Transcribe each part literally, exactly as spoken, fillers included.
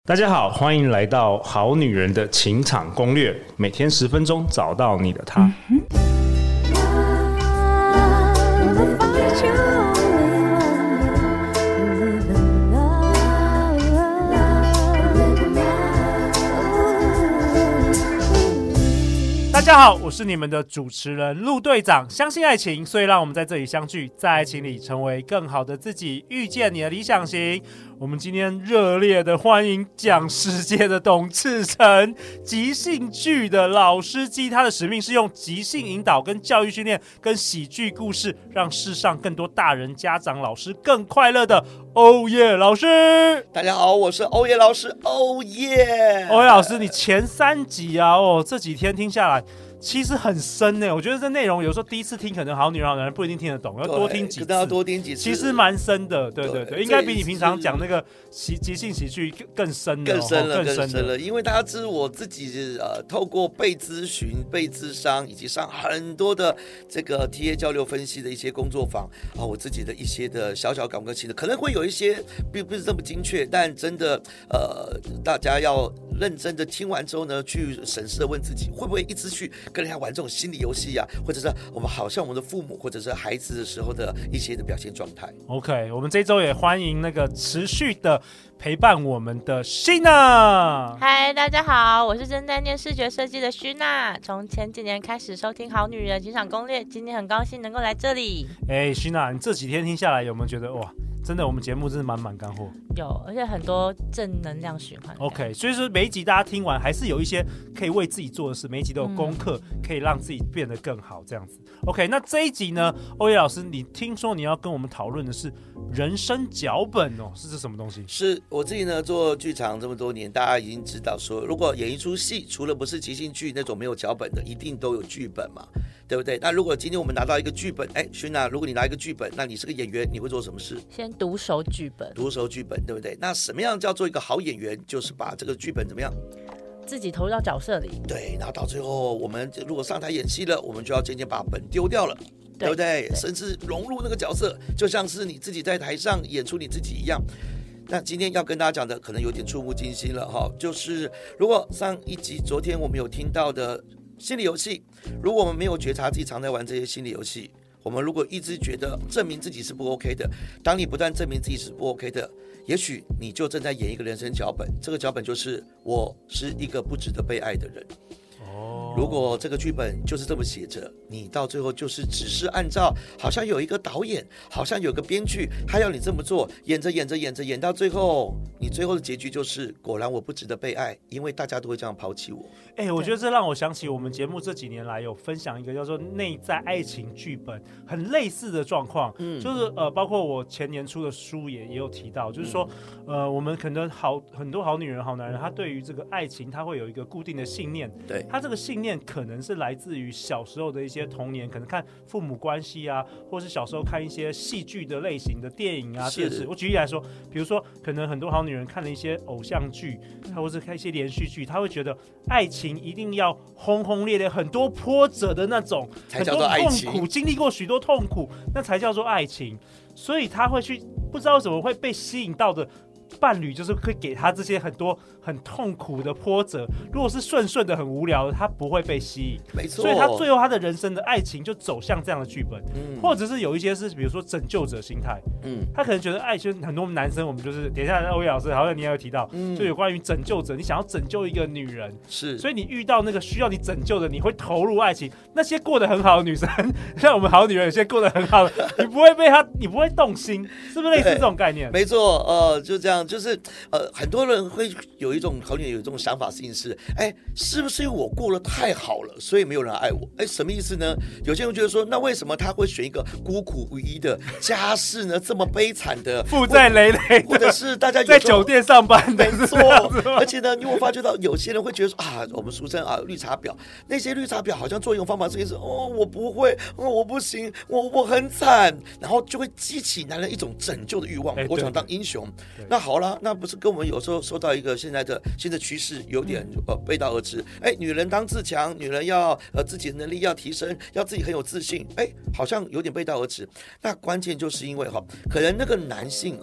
大家好，欢迎来到《好女人的情场攻略》，每天十分钟，找到你的他。嗯大家好，我是你们的主持人陆队长。相信爱情，所以让我们在这里相聚，在爱情里成为更好的自己，遇见你的理想型。我们今天热烈的欢迎讲世界的董志成，即兴剧的老司机。他的使命是用即兴引导、跟教育训练、跟喜剧故事，让世上更多大人、家长、老师更快乐的欧耶老师。 大家好，我是欧耶老师。欧耶， 欧耶老师，你前三集啊，哦，这几天听下来。其实很深呢，我觉得这内容有时候第一次听可能好女人好男人不一定听得懂，要多听几次， 要多听几次， 其实蛮深的，对对 对, 对，应该比你平常讲那个即兴喜剧更深的， 更深了， 更深了。 深了因为大家知我自己呃，透过被咨询、被咨商，以及上很多的这个 T A 交流分析的一些工作坊啊、哦，我自己的一些的小小感悟跟心得，可能会有一些并不是这么精确，但真的呃，大家要认真的听完之后呢，去审视的问自己，会不会一直去跟人家玩这种心理游戏啊，或者是我们好像我们的父母或者是孩子的时候的一些的表现状态。 OK， 我们这周也欢迎那个持续的陪伴我们的 Sheena。 嗨，大家好，我是正在念视觉设计的 Sheena， 从前几年开始收听好女人情场攻略，今天很高兴能够来这里。 哎 Sheena， 你这几天听下来有没有觉得哇，真的我们节目真是满满干货？ 有，而且很多正能量循环。 OK， 所以说每一集大家听完还是有一些可以为自己做的事，每一集都有功课、嗯、可以让自己变得更好这样子。 OK， 那这一集呢，欧耶老师，你听说你要跟我们讨论的是人生脚本哦，是这什么东西？ 是我自己呢做剧场这么多年，大家已经知道说，如果演一出戏，除了不是即兴剧那种没有脚本的，一定都有剧本嘛，对不对？那如果今天我们拿到一个剧本，哎，轩娜，如果你拿一个剧本，那你是个演员，你会做什么事？ 先读熟剧本， 读熟剧本，对不对？那什么样叫做一个好演员？就是把这个剧本怎么样？ 自己投入到角色里。对， 然后到最后，我们如果上台演戏了，我们就要渐渐把本丢掉了。对不 对, 对？甚至融入那个角色，就像是你自己在台上演出你自己一样。那今天要跟大家讲的可能有点触目惊心了哈，就是如果上一集昨天我们有听到的心理游戏，如果我们没有觉察自己常在玩这些心理游戏，我们如果一直觉得证明自己是不 OK 的，当你不断证明自己是不 OK 的，也许你就正在演一个人生脚本，这个脚本就是我是一个不值得被爱的人。如果这个剧本就是这么写着，你到最后就是只是按照好像有一个导演，好像有个编剧，他要你这么做，演着演着演着演到最后，你最后的结局就是果然我不值得被爱，因为大家都会这样抛弃我。 哎、欸，我觉得这让我想起我们节目这几年来有分享一个叫做内在爱情剧本，很类似的状况，嗯，就是呃，包括我前年出的书也也有提到，就是说，呃，我们可能好很多好女人、好男人，他对于这个爱情，他会有一个固定的信念， 对， 他这个信念可能是来自于小时候的一些童年，可能看父母关系啊，或是小时候看一些戏剧的类型的电影啊、电视。我举例来说，比如说，可能很多好女人看了一些偶像剧，或是看一些连续剧，她会觉得爱情一定要轰轰烈烈、很多波折的那种， 才叫做爱情， 很多痛苦，经历过许多痛苦，那才叫做爱情。所以她会去不知道怎么会被吸引到的。伴侣就是会给他这些很多很痛苦的波折，如果是顺顺的很无聊的，他不会被吸引， 没错。 所以他最后他的人生的爱情就走向这样的剧本，嗯、或者是有一些是比如说拯救者心态，嗯，他可能觉得爱情很多男生我们就是等一下欧耶老师好像你也有提到，嗯、就有关于拯救者，你想要拯救一个女人， 是， 所以你遇到那个需要你拯救的，你会投入爱情。那些过得很好的女生，像我们好女人，有些过得很好的，你不会被他，你不会动心，是不是类似这种概念？ 没错，呃，就这样，就是呃，很多人会有一种好女人有一种想法，事情是，哎，是不是因为我过得太好了，所以没有人爱我？哎，什么意思呢？有些人觉得说，那为什么他会选一个孤苦无依的家世呢？这么悲惨的， 负债累累的， 或者是大家在酒店上班的， 没错。而且呢，你会发觉到有些人会觉得说啊，我们俗称啊绿茶婊，那些绿茶婊好像做用方法，这件事哦，我不会，哦，我不行，我我很惨，然后就会激起男人一种拯救的欲望，我想当英雄。那好了，那不是跟我们有时候说到一个现在的新的趋势有点呃背道而驰？哎，女人当自强，女人要呃自己的能力要提升，要自己很有自信，哎，好像有点背道而驰。那关键就是因为哈，可能那个男性哦，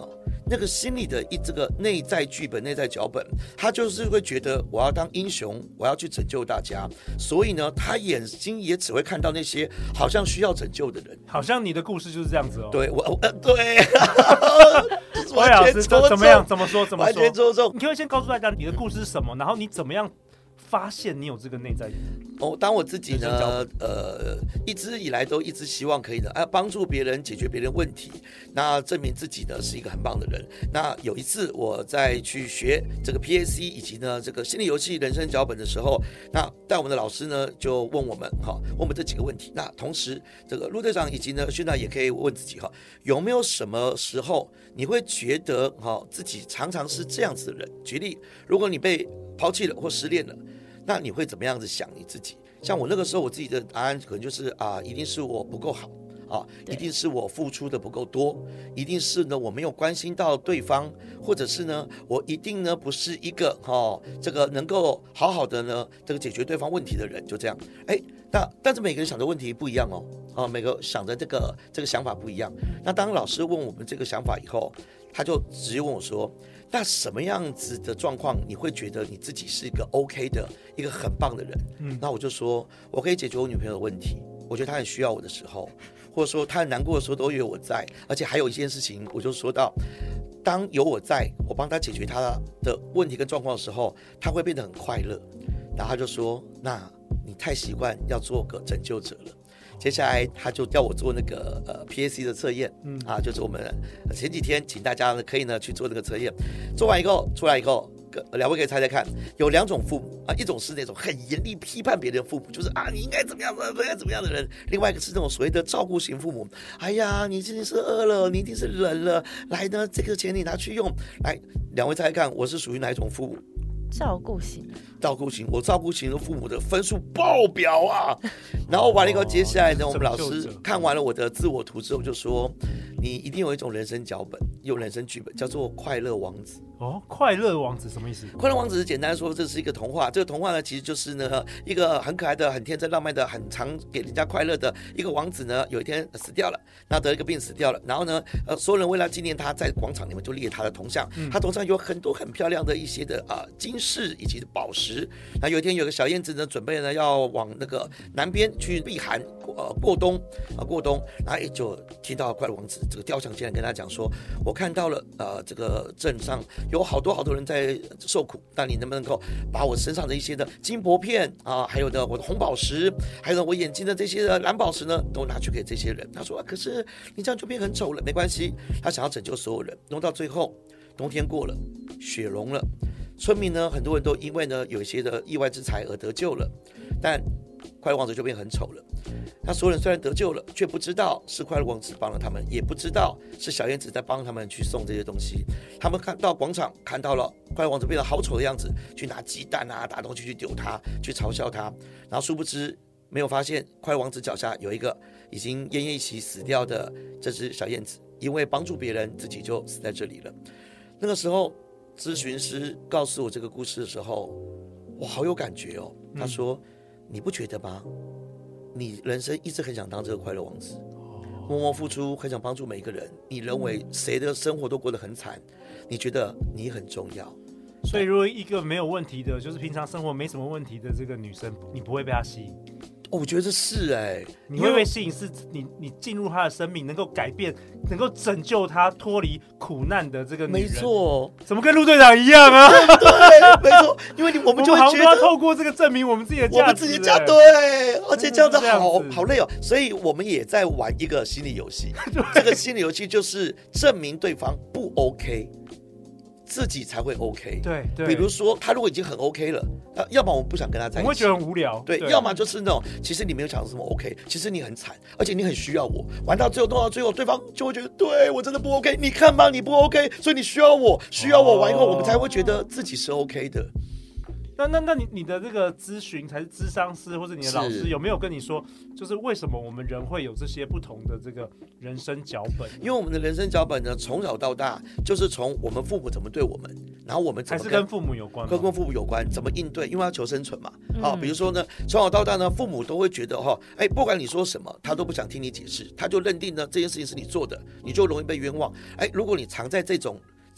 那个心里的一这个内在剧本、内在脚本，他就是会觉得我要当英雄，我要去拯救大家，所以呢，他眼睛也只会看到那些好像需要拯救的人。 好像你的故事就是这样子哦。 对，我我呃对， 完全戳中。怎么样？怎么说？怎么说？ 完全戳中。 你可以先告诉大家你的故事是什么，然后你怎么样发现你有这个内在哦，当我自己呢，呃，一直以来都一直希望可以的，啊，帮助别人解决别人问题，那证明自己呢是一个很棒的人。那有一次我在去学这个 P A C 以及呢这个心理游戏、人生脚本的时候，那带我们的老师呢就问我们哈，问我们这几个问题。那同时，这个陆队长以及呢训导也可以问自己哈，有没有什么时候你会觉得哈自己常常是这样子的人？举例，如果你被抛弃了或失恋了。那你会怎么样子想你自己？像我那个时候，我自己的答案可能就是啊，一定是我不够好啊，一定是我付出的不够多，一定是呢我没有关心到对方，或者是呢我一定呢不是一个哈、哦、这个能够好好的呢这个解决对方问题的人，就这样。哎，那但是每个人想的问题不一样哦，啊，每个想的这个这个想法不一样。那当老师问我们这个想法以后，他就直接问我说。那什么样子的状况你会觉得你自己是一个 OK 的一个很棒的人？嗯，那我就说我可以解决我女朋友的问题，我觉得她很需要我的时候，或者说她很难过的时候都有我在，而且还有一件事情，我就说到，当有我在，我帮她解决她的问题跟状况的时候，她会变得很快乐。然后他就说，那你太习惯要做个拯救者了。接下来他就要我做那个呃 P A C 的测验，嗯啊，就是我们前几天请大家呢可以呢去做这个测验，做完以后出来以后，两位可以猜猜看，有两种父母啊，一种是那种很严厉批判别人的父母，就是啊你应该怎么样，不应该怎么样的人；另外一个是那种所谓的照顾型父母，哎呀你一定是饿了，你一定是冷了，来呢这个钱你拿去用，来两位猜猜看，我是属于哪一种父母？ 照顾型， 照顾型，我照顾型的父母的分数爆表啊！然后完了以后，接下来呢，我们老师看完了我的自我图之后，就说：“你一定有一种人生脚本，有人生剧本，叫做快乐王子。” 哦，快乐王子什么意思？ 快乐王子简单说，这是一个童话。这个童话呢，其实就是呢一个很可爱的、很天真浪漫的、很常给人家快乐的一个王子呢，有一天死掉了，那得了一个病死掉了。然后呢，呃，所有人为了纪念他，在广场里面就立他的铜像，嗯、他铜上有很多很漂亮的一些的啊、呃、金饰以及宝石。那有一天有个小燕子呢，准备呢要往那个南边去避寒，呃过冬啊、呃、过冬，然后就听到快乐王子这个雕像竟然跟他讲说，我看到了呃这个镇上。有好多好多人在受苦，但你能不能够把我身上的一些的金箔片啊，还有的我的红宝石，还有我眼睛的这些的蓝宝石呢，都拿去给这些人。他说、啊、可是你这样就变很丑了，没关系，他想要拯救所有人。弄到最后，冬天过了，雪融了，村民呢，很多人都因为呢有一些的意外之财而得救了，但快乐王子就变很丑了。那所有人虽然得救了，却不知道是快乐王子帮了他们，也不知道是小燕子在帮他们去送这些东西。他们看到广场，看到了快乐王子变得好丑的样子，去拿鸡蛋啊、打东西去丢他，去嘲笑他。然后殊不知，没有发现快乐王子脚下有一个已经奄奄一息死掉的这只小燕子，因为帮助别人，自己就死在这里了。那个时候，咨询师告诉我这个故事的时候，我好有感觉哦。他说：“嗯、你不觉得吗？你人生一直很想当这个快乐王子，默默付出，很想帮助每一个人。你认为谁的生活都过得很惨，你觉得你很重要。 所以，如果一个没有问题的，就是平常生活没什么问题的这个女生，你不会被她吸引。” 哦、我觉得是哎、欸， 你会被吸引，是你你进入她的生命，能够改变，能够拯救她脱离苦难的这个女人。 没错， 怎么跟陆队长一样啊？ 对，没错，因为你我们就会觉得， 我们好像透过这个证明我们自己的价值、欸， 我们自己的价值，对，而且这样子好好累哦。所以我们也在玩一个心理游戏，这个心理游戏就是证明对方不 OK。自己才会 OK， 对对， 比如说他如果已经很 OK 了，要么我们不想跟他在一起， 我会觉得很无聊， 对，对要么就是那种其实你没有想到什么 OK， 其实你很惨，而且你很需要我，玩到最后弄到最后，对方就会觉得对我真的不 OK， 你看吧，你不 OK， 所以你需要我，需要我，完以后我们才会觉得自己是 OK 的。 那那那你你的这个咨询还是咨商师或者你的老师有没有跟你说，就是为什么我们人会有这些不同的这个人生脚本？ 因为我们的人生脚本呢，从小到大就是从我们父母怎么对我们，然后我们怎么还是跟父母有关吗？ 跟父母有关，怎么应对？因为要求生存嘛。好、嗯，比如说呢，从小到大呢，父母都会觉得哈，哎，不管你说什么，他都不想听你解释，他就认定呢这件事情是你做的，你就容易被冤枉。哎，如果你藏在这种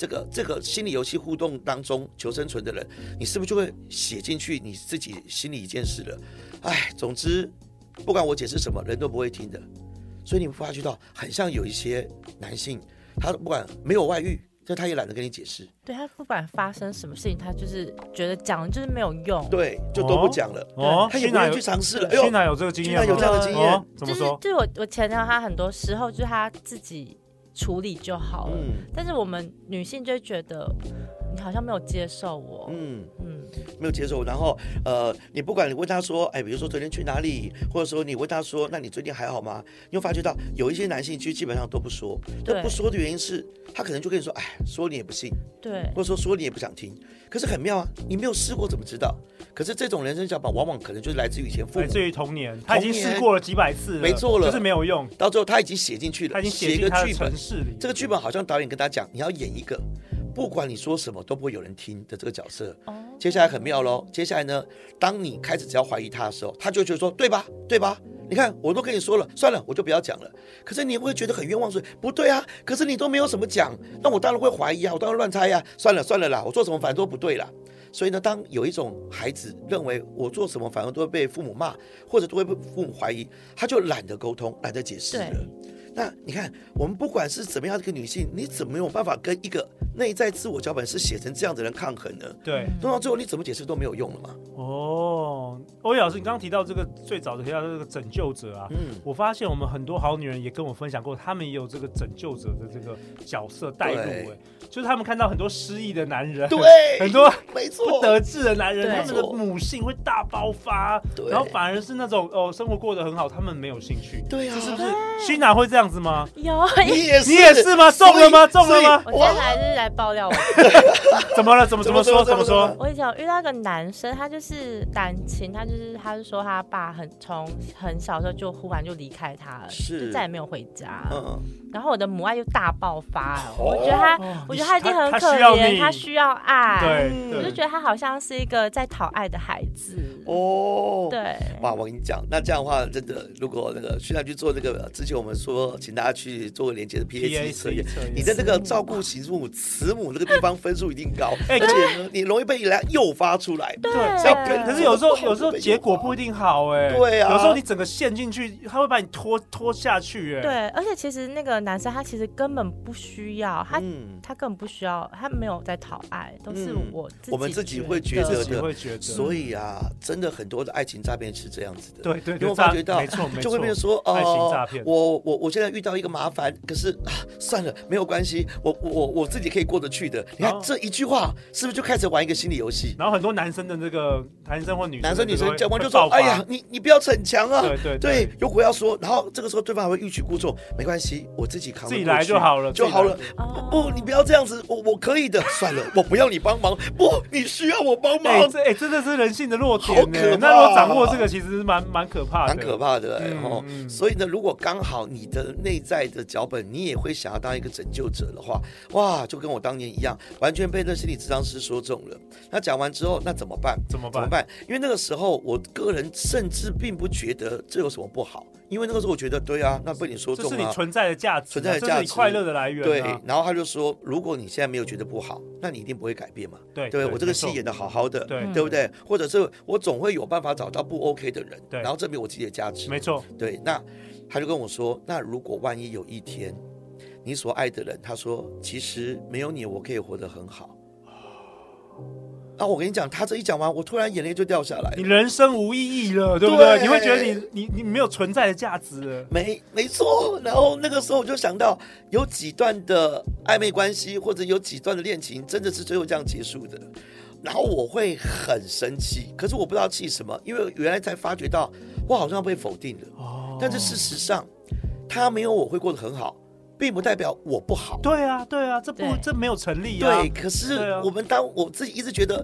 这个这个心理游戏互动当中求生存的人，你是不是就会写进去你自己心里一件事了？哎，总之不管我解释什么，人都不会听的。所以你们发觉到，很像有一些男性，他不管没有外遇，但他也懒得跟你解释。 对，他不管发生什么事情，他就是觉得讲就是没有用。 对，就都不讲了。 哦， 他也不愿意去尝试了。 哎呦，虚男有这个经验吗？ 有这样的经验、哦？ 怎么说？ 就是就是我我前男友他很多时候就是他自己处理就好了，嗯、但是我们女性就会觉得你好像没有接受我，嗯嗯，没有接受。然后呃，你不管你问他说，哎，比如说昨天去哪里，或者说你问他说，那你最近还好吗？你会发觉到有一些男性其实基本上都不说，都不说的原因是他可能就跟你说，哎，说你也不信， 对， 或者说说你也不想听。可是很妙啊，你没有试过怎么知道？可是这种人生脚本往往可能就是来自于以前父母， 来自于童年，他已经试过了几百次了， 没错了， 就是没有用。 到最后他已经写进去了， 他已经写一个剧本，这个剧本好像导演跟他讲，你要演一个不管你说什么都不会有人听的这个角色。哦，接下来很妙咯，接下来呢，当你开始只要怀疑他的时候，他就觉得说，对吧，对吧？你看，我都跟你说了，算了，我就不要讲了。可是你会觉得很冤枉，说不对啊，可是你都没有什么讲，那我当然会怀疑啊，我当然乱猜啊，算了算了啦，我做什么反正都不对啦。所以呢，当有一种孩子认为我做什么反而都会被父母骂，或者都会被父母怀疑，他就懒得沟通，懒得解释了。那你看，我们不管是怎么样的一个女性，你怎么有办法跟一个内在自我脚本是写成这样的人抗衡呢？ 对， 弄到最后你怎么解释都没有用了嘛。 哦，欧阳老师，你刚刚提到这个最早的提到这个拯救者啊，嗯，我发现我们很多好女人也跟我分享过，他们也有这个拯救者的这个角色带入，哎，就是他们看到很多失意的男人， 对， 很多没错不得志的男人，他们的母性会大爆发，然后反而是那种哦生活过得很好，他们没有兴趣。 对啊， 这是不是虚男会这样子吗？ 有， 你也是， 你也是吗？中了吗？中了吗？ 我今天来是来爆料我。 怎么了？怎么怎么说？怎么说？ 我以前有遇到一个男生，他就是单亲，他就是他是说他爸很从很小的时候就忽然就离开他了，是就再也没有回家。嗯，然后我的母爱就大爆发了，哦、我觉得他，哦、我觉得他一定很可怜，他需要爱。对，我就觉得他好像是一个在讨爱的孩子。哦，对， 哇，我跟你讲，那这样的话，真的，如果那个需要去做那个，之前我们说，请大家去做个连接的 P A C 测验，你在这个照顾型母、慈母那个地方分数一定高，而且呢，你容易被人家诱发出来。 对， 可是有时候有时候结果不一定好，哎， 对啊， 有时候你整个陷进去，他会把你拖拖下去，哎， 对，而且其实那个男生他其实根本不需要，他、嗯、他根本不需要，他没有在讨爱，都是我自己、嗯、 我们自己会觉得的， 会觉得， 所以啊，真的很多的爱情诈骗是这样子的， 对对， 你会发觉到， 没错没错， 就会变成说， 爱情诈骗， 我我我现在遇到一个麻烦，可是啊，算了，没有关系，我我我自己可以过得去的。你看这一句话，是不是就开始玩一个心理游戏？ 然后很多男生的这个男生或女生， 男生女生讲完就说，哎呀，你你不要逞强啊， 对对对，如果要说，然后这个时候对方还会欲取故纵，没关系，我自己扛得过去， 自己来就好了就好了。不，你不要这样子，我我可以的，算了，我不要你帮忙，不，你需要我帮忙。 哎，这哎真的是人性的弱点， 好可怕。 那如果掌握这个，其实蛮蛮可怕的， 蛮可怕的。哦，所以呢，如果刚好你的内在的脚本，你也会想要当一个拯救者的话，哇，就跟我当年一样，完全被那心理咨商师说中了。那讲完之后，那怎么办？ 怎么办？ 怎么办？因为那个时候，我个人甚至并不觉得这有什么不好。因为那个时候我觉得对啊，那被你说中了， 这是你存在的价值， 存在的价值， 这是你快乐的来源、啊。 对，然后他就说，如果你现在没有觉得不好，那你一定不会改变嘛。 对， 对，我这个戏演的好好的， 对， 对不对？或者是我总会有办法找到不 OK 的人， 对， 然后证明我自己的价值。 没错， 对。那他就跟我说，那如果万一有一天，你所爱的人，他说，其实没有你，我可以活得很好。啊，我跟你讲，他这一讲完，我突然眼泪就掉下来了。 你人生无意义了，对不对？对，你会觉得你你你没有存在的价值了。 没没错。然后那个时候我就想到，有几段的暧昧关系，或者有几段的恋情，真的是最后这样结束的。然后我会很生气，可是我不知道气什么，因为原来才发觉到我好像被否定了。哦。但是事实上，他没有我会过得很好。并不代表我不好。 对啊，对啊，这不这没有成立啊。 对，可是我们当我自己一直觉得，哎，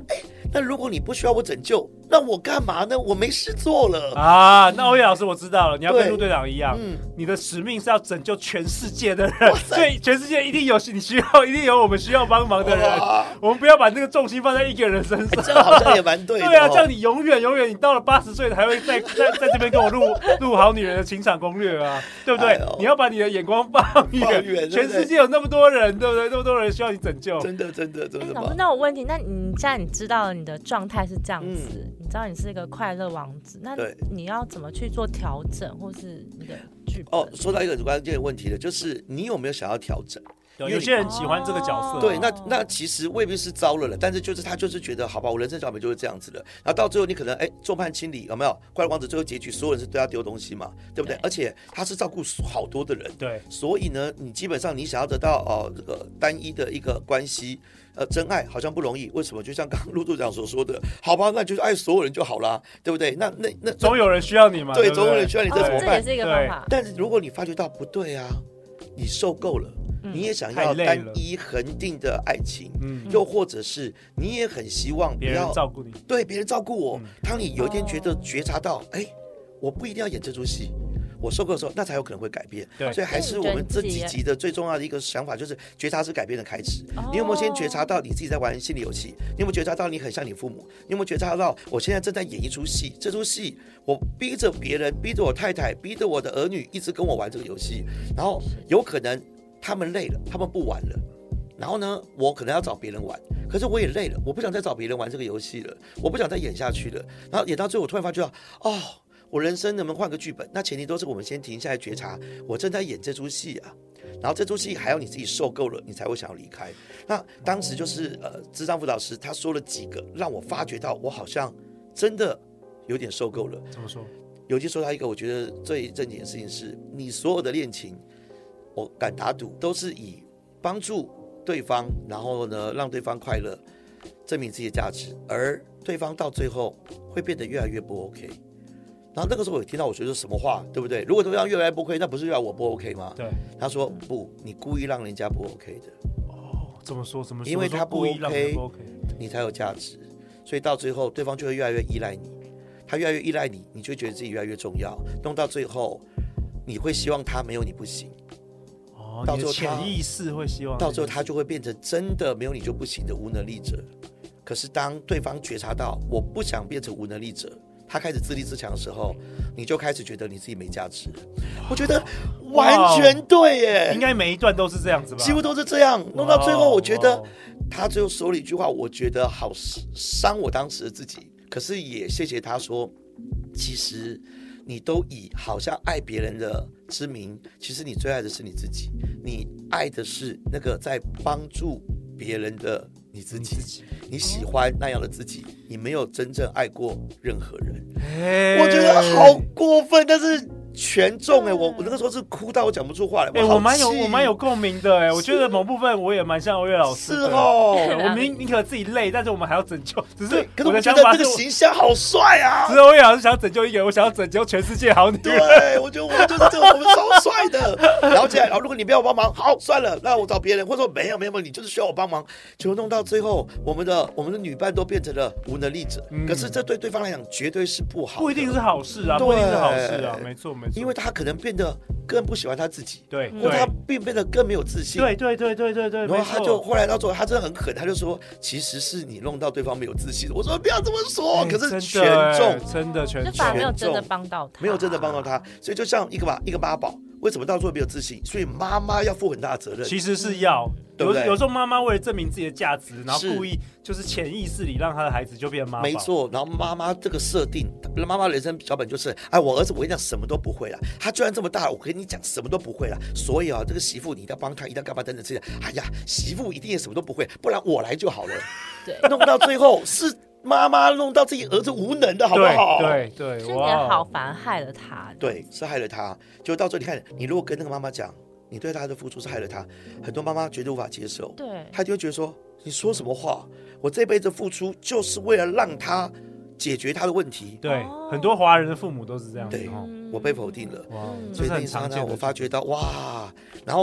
那如果你不需要我拯救，那我干嘛呢？我没事做了啊。那欧阳老师我知道了，你要跟陆队长一样，嗯，你的使命是要拯救全世界的人，所以全世界一定有你需要，一定有我们需要帮忙的人。我们不要把那个重心放在一个人身上， 这样好像也蛮对的。 对啊，这样你永远永远，你到了八十岁还会在在在这边跟我录录好女人的情场攻略啊，对不对？哎、你要把你的眼光放远，远全世界有那么多人，对不对？那么多人需要你拯救， 真的真的真的。 哎、老师，那我问题，那你现在你知道了你的状态是这样子，嗯、你知道你是一个快乐王子，那你要怎么去做调整，或是你的剧本？ 哦，说到一个很关键的问题了，就是你有没有想要调整？ 有些人喜欢这个角色， 对，那那其实未必是糟了了，但是就是他就是觉得，好吧，我人生脚本就是这样子的，然后到最后你可能哎众叛亲离，有没有？快乐王子最后结局，所有人是对他丢东西嘛，对不对？对，而且他是照顾好多的人， 对， 所以呢，你基本上你想要得到哦这个单一的一个关系，呃，真爱好像不容易，为什么？就像刚刚陆队长所说的，好吧，那就是爱所有人就好啦，对不对？那那那总有人需要你嘛， 对，总有人需要你，这怎么办？ 这也是一个方法。 但是如果你发觉到不对啊，你受够了。你也想要单一恒定的爱情，嗯，又或者是你也很希望别人照顾你， 对别人照顾我。嗯、当你有一天觉得觉察到，哎、欸，我不一定要演这出戏，我受够的时候，那才有可能会改变。对，所以还是我们这几集的最重要的一个想法，就是觉察是改变的开始。哦、你有没有先觉察到你自己在玩心理游戏？你有没有觉察到你很像你父母？你有没有觉察到我现在正在演一出戏？这出戏我逼着别人，逼着我太太，逼着我的儿女一直跟我玩这个游戏，然后有可能。他们累了，他们不玩了，然后呢，我可能要找别人玩，可是我也累了，我不想再找别人玩这个游戏了，我不想再演下去了。然后演到最后，我突然发觉到，哦，我人生能不能换个剧本？那前提都是我们先停下来觉察，我正在演这出戏啊。然后这出戏还要你自己受够了，你才会想要离开。那当时就是呃，諮商輔導師他說了幾個，讓我發覺到我好像真的有點受夠了。 怎麼說？ 尤其說到一個我覺得最正經的事情是，你所有的戀情。我敢打賭，都是以幫助對方，然後呢，讓對方快樂，證明自己的價值，而對方到最後會變得越來越不 OK。然後那個時候我聽到我覺得什麼話，對不對？如果對方越來越不 OK，那不是越來我不 OK 嗎？對。他說不，你故意讓人家不 OK 的。 哦，怎麼說？怎麼說？ 因為他不 OK， 你才有價值，所以到最後對方就會越來越依賴你，他越來越依賴你，你就會覺得自己越來越重要，弄到最後你會希望他沒有你不行。 到最後潛意識會希望， 到最後他就會變成真的沒有你就不行的無能力者。可是當對方覺察到我不想變成無能力者，他開始自立自強的時候，你就開始覺得你自己沒價值。我覺得完全對耶， 應該每一段都是這樣子吧， 幾乎都是這樣。弄到最後，我覺得他最後說了一句話，我覺得好傷我當時的自己。可是也謝謝他說，其實你都以好像愛別人的之名，其實你最愛的是你自己，你愛的是那個在幫助別人的你自己，你喜歡那樣的自己，你沒有真正愛過任何人。我覺得好過分，但是全中哎、欸！我我那個時候是哭到我講不出話來。 哎、欸，我蠻有我蠻有共鳴的哎、欸，我覺得某部分我也蠻像歐岳老師。 是哦， 我明寧可自己累，但是我們還要拯救。只是可是我覺得這個形象好帥啊！ 只是歐岳老師想要拯救一個人，我想要拯救全世界好女人。 對，我覺得我就是這個，我們超帥的。然後接下來，然後如果你不要我幫忙，好算了，那我找別人，或者說沒有沒有，你就是需要我幫忙。結果弄到最後，我們的我們的女伴都變成了無能力者。嗯、可是這對對方來講絕對是不好的， 不一定是好事啊，不一定是好事啊，沒錯沒錯， 因為他可能變得更不喜歡他自己， 對， 或者他變變得更沒有自信， 對對對對對對， 然後他就後來到最後，他真的很狠，他就說，其實是你弄到對方沒有自信。我說不要這麼說，欸、可是全中， 真的全中， 就反而沒有真的幫到他， 沒有真的幫到他，所以就像一個吧，一個媽寶，為什麼到最後沒有自信？所以媽媽要負很大的責任， 其實是要。 對不對？ 有有時候媽媽為了證明自己的價值，然後故意就是潛意識裡讓她的孩子就變媽寶。 沒錯，然後媽媽這個設定，媽媽人生腳本就是，哎，我兒子我跟你講什麼都不會啦，他居然這麼大了，我跟你講什麼都不會啦，所以啊，這個媳婦你一定要幫他，一定要幹嘛等等之類。哎呀，媳婦一定也什麼都不會，不然我來就好了。 對， 弄到最後是媽媽弄到自己兒子無能的，好不好？ 對對， 所以你的好反而害了他。 對，是害了他。就到最後，你看，你如果跟那個媽媽講。你對他的付出是害了他，很多媽媽絕對無法接受。 對， 他就會覺得說：你說什麼話？我這輩子付出就是為了讓他解決他的問題。 對，哦、很多華人的父母都是這樣子。 對，我被否定了。 哇， 所以那一剎那我發覺到哇，然後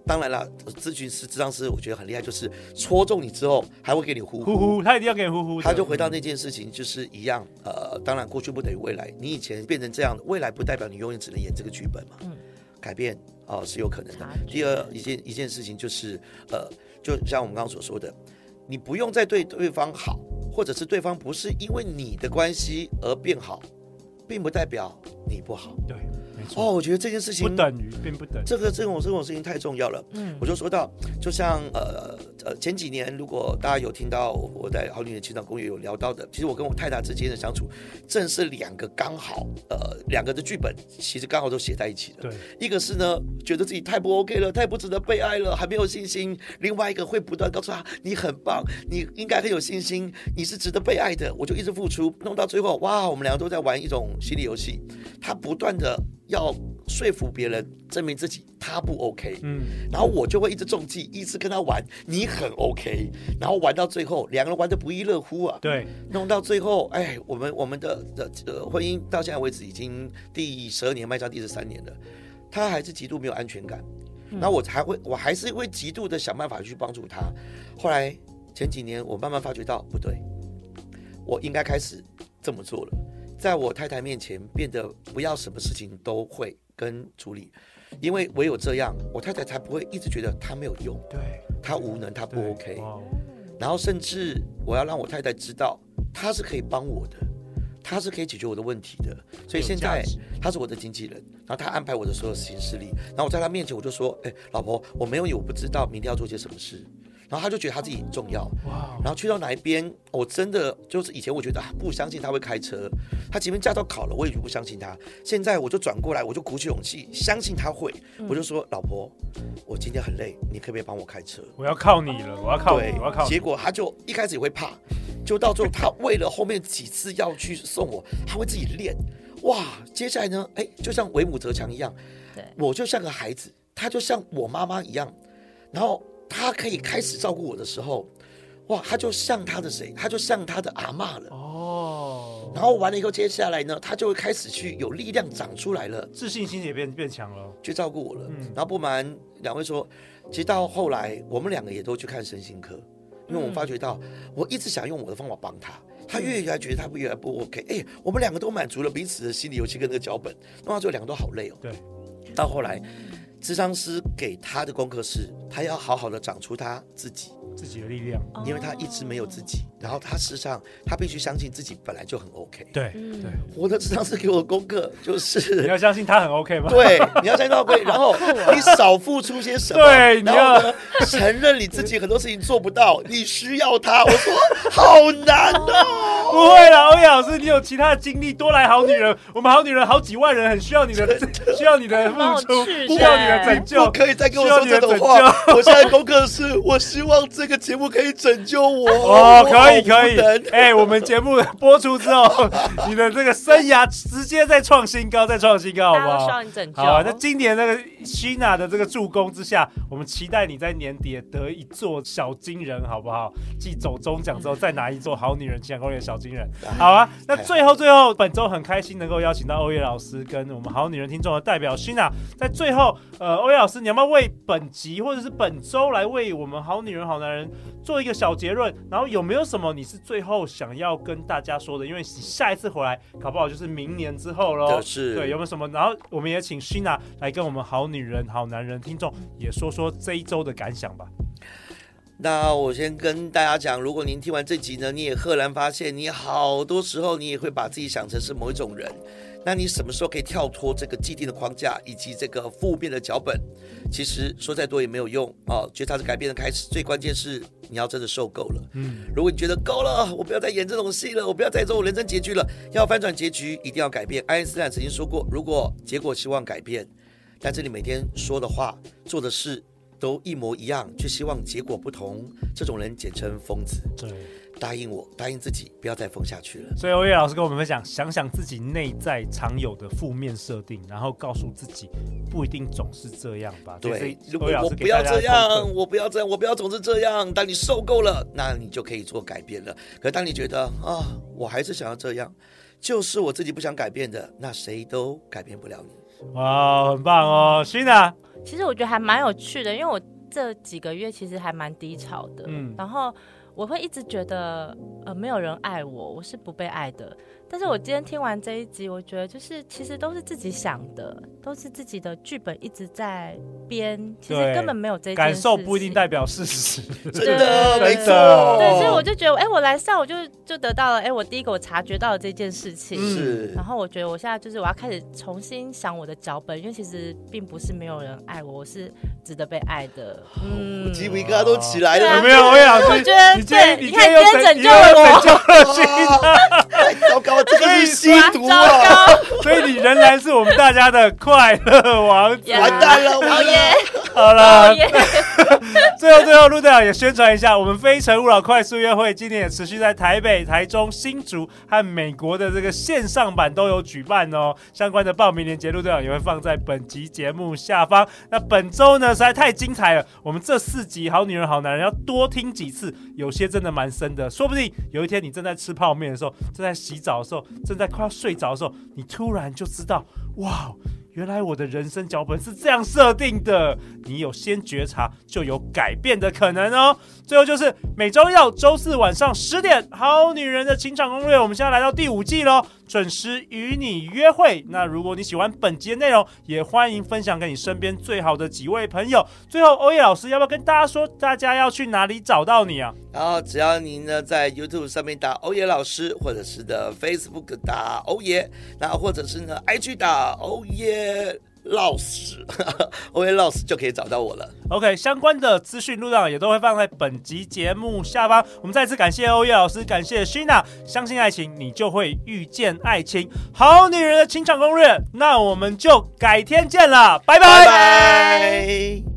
当然了，咨询师、咨商师我觉得很厉害，就是戳中你之后还会给你呼呼呼，他一定要给你呼呼。 他就回到那件事情，就是一样。呃，当然过去不等于未来，你以前变成这样，未来不代表你永远只能演这个剧本嘛。嗯，改变哦、呃、是有可能的。第二一件一件事情就是，呃，就像我们刚刚所说的，你不用再对对方好，或者是对方不是因为你的关系而变好，并不代表你不好。 对。 哦，我觉得这件事情不等于，并不等于。 这个这种这种事情太重要了。嗯，我就说到，就像呃呃前几年，如果大家有听到我在好女人情场公寓有聊到的，其实我跟我太太之间的相处，正是两个刚好呃两个的剧本，其实刚好都写在一起的。 对， 一个是呢，觉得自己太不 OK 了，太不值得被爱了，还没有信心；另外一个会不断告诉他，你很棒，你应该很有信心，你是值得被爱的。我就一直付出，弄到最后，哇，我们两个都在玩一种心理游戏，他不断的要说服别人，证明自己他不 OK，嗯，然后我就会一直中计，一直跟他玩，你很 OK， 然后玩到最后，两个人玩得不亦乐乎啊， 对， 弄到最后，哎，我们我们的的、呃、婚姻到现在为止已经第十二年，迈向第十三年了，他还是极度没有安全感，然后我还会，我还是会极度的想办法去帮助他。后来前几年，我慢慢发觉到不对，我应该开始这么做了。在我太太面前变得不要什么事情都会跟处理，因为唯有这样，我太太才不会一直觉得她没有用， 对， 她无能，她不 OK。然后甚至我要让我太太知道，她是可以帮我的，她是可以解决我的问题的。所以现在她是我的经纪人，然后她安排我的所有行事历，然后我在她面前我就说：“哎，老婆，我没有你，我不知道明天要做些什么事。”然后他就觉得他自己很重要，哇！然后去到哪一边，我真的就是以前我觉得、啊、不相信他会开车，他前面驾照考了，我也就不相信他。现在我就转过来，我就鼓起勇气，相信他会。嗯、我就说，老婆，我今天很累，你可不可以帮我开车？ 我要靠你了，我要靠你，我要靠你。 结果他就一开始也会怕，就到最后他为了后面几次要去送我，他会自己练。哇！接下来呢，哎，就像为母则强一样，对，我就像个孩子，他就像我妈妈一样，然后。他可以开始照顾我的时候，哇，他就像他的谁？他就像他的阿嬷了。哦。然后完了以后，接下来呢，他就会开始去有力量长出来了， 自信心也变变强了， 去照顾我了。嗯。然后不瞒两位说，其实到后来，我们两个也都去看身心科，因为我们发觉到，我一直想用我的方法帮他，他越来觉得他越来不 OK。哎，我们两个都满足了彼此的心理游戏跟那个脚本，弄到最后两个都好累哦。 对。 到后来。諮商師給他的功課是，他要好好的長出他自己自己的力量， 因為他一直沒有自己，然後他事實上他必須相信自己本來就很 OK。 對對， 我的諮商師給我的功課就是你要相信他很 OK 嗎？ 對，你要相信他 OK， 然後你少付出些什麼， 對，你要承認你自己很多事情做不到，你需要他。我說好難哦。 不會啦，歐陽老師，你有其他的經歷，多來好女人，我們好女人好幾萬人，很需要你的，需要你的付出，需要你的拯救。 不可以再跟我說這種話。我現在功課是，我希望這個節目可以拯救我。 哦，可以可以。哎、欸，我們節目播出之後，你的這個生涯直接再創新高，再創新高，好不好？ 需要你拯救。 好啊，那今年那個 Sheena 的這個助攻之下，我們期待你在年底得一座小金人，好不好？繼走中獎之後，再拿一座好女人情感攻略的小金人。好啊，那最後最後，本周很開心能夠邀請到歐葉老師跟我們好女人聽眾的代表 Sheena， 在最後，呃，歐葉老師，你要不要為本集或者是本周來為我們好女人好男人做一個小結論？然後有沒有什麼你是最後想要跟大家說的？因為你下一次回來，搞不好就是明年之後咯。 是。對， 有沒有什麼？然後我們也請 Sheena 來跟我們好女人好男人聽眾也說說這一周的感想吧。 那我先跟大家講，如果您聽完這集呢，你也赫然發現，你好多時候你也會把自己想成是某一種人，那你什麼時候可以跳脫這個既定的框架以及這個負面的腳本？其實說再多也沒有用哦。覺察是改變的開始，最關鍵是你要真的受夠了。嗯，如果你覺得夠了，我不要再演這種戲了，我不要再做我人生結局了，要翻轉結局一定要改變。愛因斯坦曾經說過，如果結果希望改變，但是你每天說的話、做的事都一模一樣，卻希望結果不同，這種人簡稱瘋子。對，答應我，答應自己，不要再瘋下去了。 所以歐葉老師跟我們分享，想想自己內在常有的負面設定，然後告訴自己，不一定總是這樣吧。 對，如果我不要這樣，我不要這樣，我不要總是這樣。當你受夠了，那你就可以做改變了。可當你覺得啊，我還是想要這樣，就是我自己不想改變的，那誰都改變不了你。 哇，很棒哦。Sheena， 其实我觉得还蛮有趣的，因为我这几个月其实还蛮低潮的，嗯，然后我会一直觉得呃没有人爱我，我是不被爱的。但是我今天听完这一集，我觉得就是其实都是自己想的，都是自己的剧本一直在编，其实根本没有这件事情。 感受不一定代表事实， 真的没错。 对，所以我就觉得，哎、欸，我来上，我就就得到了，哎、欸，我第一个我察觉到了这件事情， 是。 然后我觉得我现在就是我要开始重新想我的脚本，因为其实并不是没有人爱我，我是值得被爱的。 嗯，我鸡皮疙瘩都起来了， 有没有？我也老师， 我觉得你今天你看今天拯救了我， 拯救了Sheena， 太糟糕了，这个是吸毒啊！ 所以你仍然是我们大家的快乐王子。 完蛋了， 好耶！ 好了，最后最后，陆队长也宣传一下，我们非诚勿扰快速约会今年也持续在台北、台中、新竹和美国的这个线上版都有举办哦。相关的报名链接，陆队长也会放在本集节目下方。那本周呢，实在太精彩了，我们这四集《好女人好男人》要多听几次，有些真的蛮深的。说不定有一天你正在吃泡面的时候，正在洗澡的时候，正在快要睡着的时候，你突然就知道，哇！原来我的人生脚本是这样设定的，你有先觉察，就有改变的可能哦。最后就是每周六周四晚上十点，《好女人的情场攻略》，我们现在来到第五季咯，准时与你约会。那如果你喜欢本集的内容，也欢迎分享给你身边最好的几位朋友。最后，欧耶老师要不要跟大家说，大家要去哪里找到你啊？ 然后只要您呢在 YouTube 上面打欧耶老师，或者是的 Facebook 打欧耶，那或者是呢 I G 打欧耶老师欧耶老师就可以找到我了。 OK， 相关的资讯陆队长也都会放在本集节目下方。我们再次感谢欧耶老师，感谢 Sheena， 相信爱情你就会遇见爱情，好女人的情场攻略，那我们就改天见了，拜拜。 拜拜。